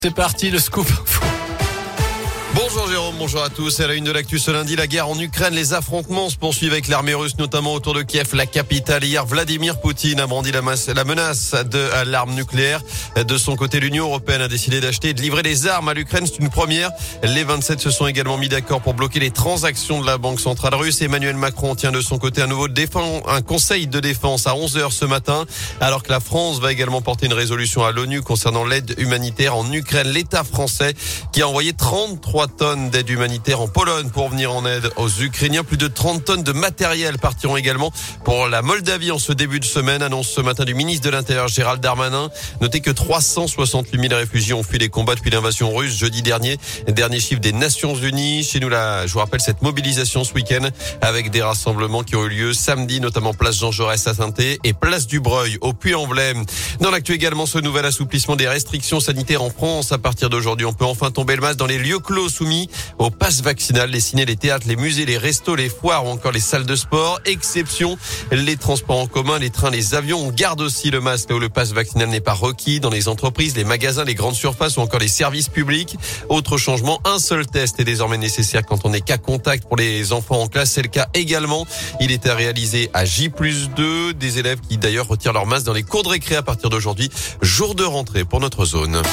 C'est parti, le scoop. Bonjour Jérôme, bonjour à tous. À la une de l'actu ce lundi, la guerre en Ukraine, les affrontements se poursuivent avec l'armée russe, notamment autour de Kiev, la capitale. Hier, Vladimir Poutine a brandi la menace de l'arme nucléaire. De son côté, l'Union européenne a décidé d'acheter et de livrer des armes à l'Ukraine. C'est une première. Les 27 se sont également mis d'accord pour bloquer les transactions de la Banque centrale russe. Emmanuel Macron tient de son côté un conseil de défense à 11h ce matin, alors que la France va également porter une résolution à l'ONU concernant l'aide humanitaire en Ukraine. L'État français qui a envoyé 33 tonnes d'aide humanitaire en Pologne pour venir en aide aux Ukrainiens. Plus de 30 tonnes de matériel partiront également pour la Moldavie en ce début de semaine, annonce ce matin du ministre de l'Intérieur Gérald Darmanin. Notez que 368 000 réfugiés ont fui les combats depuis l'invasion russe jeudi dernier. Dernier chiffre des Nations Unies. Chez nous, là, je vous rappelle cette mobilisation ce week-end avec des rassemblements qui ont eu lieu samedi, notamment place Jean Jaurès à Saint-Étienne et place du Breuil au Puy-en-Velay. Dans l'actu également, ce nouvel assouplissement des restrictions sanitaires en France. À partir d'aujourd'hui, on peut enfin tomber le masque dans les lieux clos soumis au pass vaccinal, les ciné, les théâtres, les musées, les restos, les foires ou encore les salles de sport. Exception, les transports en commun, les trains, les avions. On garde aussi le masque là où le pass vaccinal n'est pas requis, dans les entreprises, les magasins, les grandes surfaces ou encore les services publics. Autre changement, un seul test est désormais nécessaire quand on est cas contact pour les enfants en classe. C'est le cas également. Il est à réaliser à J+2. Des élèves qui d'ailleurs retirent leur masque dans les cours de récré à partir d'aujourd'hui. Jour de rentrée pour notre zone.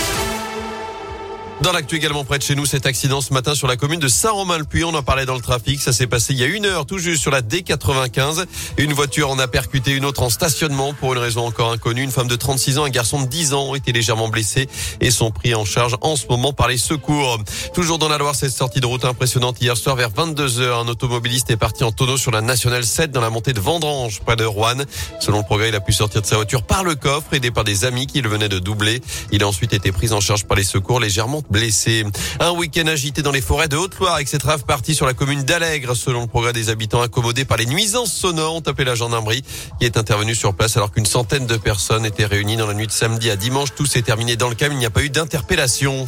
Dans l'actu également près de chez nous, cet accident ce matin sur la commune de Saint-Romain-le-Puy. On en parlait dans le trafic. Ça s'est passé il y a 1 heure tout juste sur la D95. Une voiture en a percuté une autre en stationnement pour une raison encore inconnue. Une femme de 36 ans, un garçon de 10 ans ont été légèrement blessés et sont pris en charge en ce moment par les secours. Toujours dans la Loire, cette sortie de route impressionnante hier soir vers 22h. Un automobiliste est parti en tonneau sur la Nationale 7 dans la montée de Vendrange près de Roanne. Selon le progrès, il a pu sortir de sa voiture par le coffre aidé par des amis qui le venaient de doubler. Il a ensuite été pris en charge par les secours légèrement blessé. Un week-end agité dans les forêts de Haute-Loire avec cette rave partie sur la commune d'Allègre. Selon le progrès, des habitants accommodés par les nuisances sonores ont appelé la gendarmerie qui est intervenue sur place alors qu'une centaine de personnes étaient réunies dans la nuit de samedi à dimanche. Tout s'est terminé dans le calme, il n'y a pas eu d'interpellation.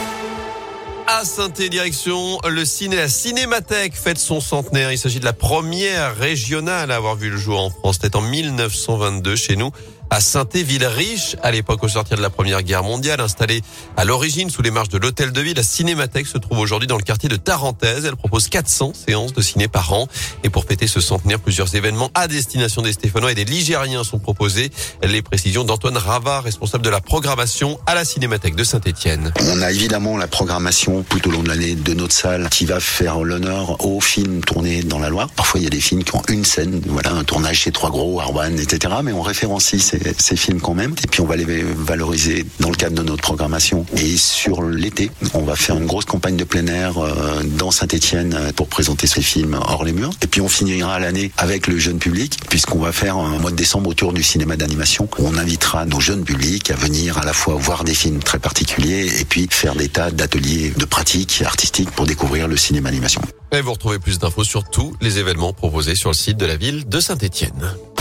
À Saint-Étienne, direction le ciné, la Cinémathèque fête son centenaire. Il s'agit de la première régionale à avoir vu le jour en France. C'était en 1922 chez nous. À Saint-Étienne, ville riche, à l'époque au sortir de la Première Guerre mondiale, installée à l'origine sous les marches de l'Hôtel de Ville, la Cinémathèque se trouve aujourd'hui dans le quartier de Tarentaise. Elle propose 400 séances de ciné par an. Et pour fêter ce centenaire, plusieurs événements à destination des Stéphanois et des Ligériens sont proposés. Les précisions d'Antoine Ravard, responsable de la programmation à la Cinémathèque de Saint-Étienne. On a évidemment la programmation tout au long de l'année de notre salle qui va faire l'honneur aux films tournés dans la Loire. Parfois, il y a des films qui ont une scène, voilà, un tournage chez Trois Gros, Arwan, etc. Mais on référencie ces films quand même. Et puis on va les valoriser dans le cadre de notre programmation. Et sur l'été, on va faire une grosse campagne de plein air dans Saint-Étienne pour présenter ces films hors les murs. Et puis on finira l'année avec le jeune public, puisqu'on va faire un mois de décembre autour du cinéma d'animation. On invitera nos jeunes publics à venir à la fois voir des films très particuliers et puis faire des tas d'ateliers de pratiques artistiques pour découvrir le cinéma d'animation. Et vous retrouvez plus d'infos sur tous les événements proposés sur le site de la ville de Saint-Étienne.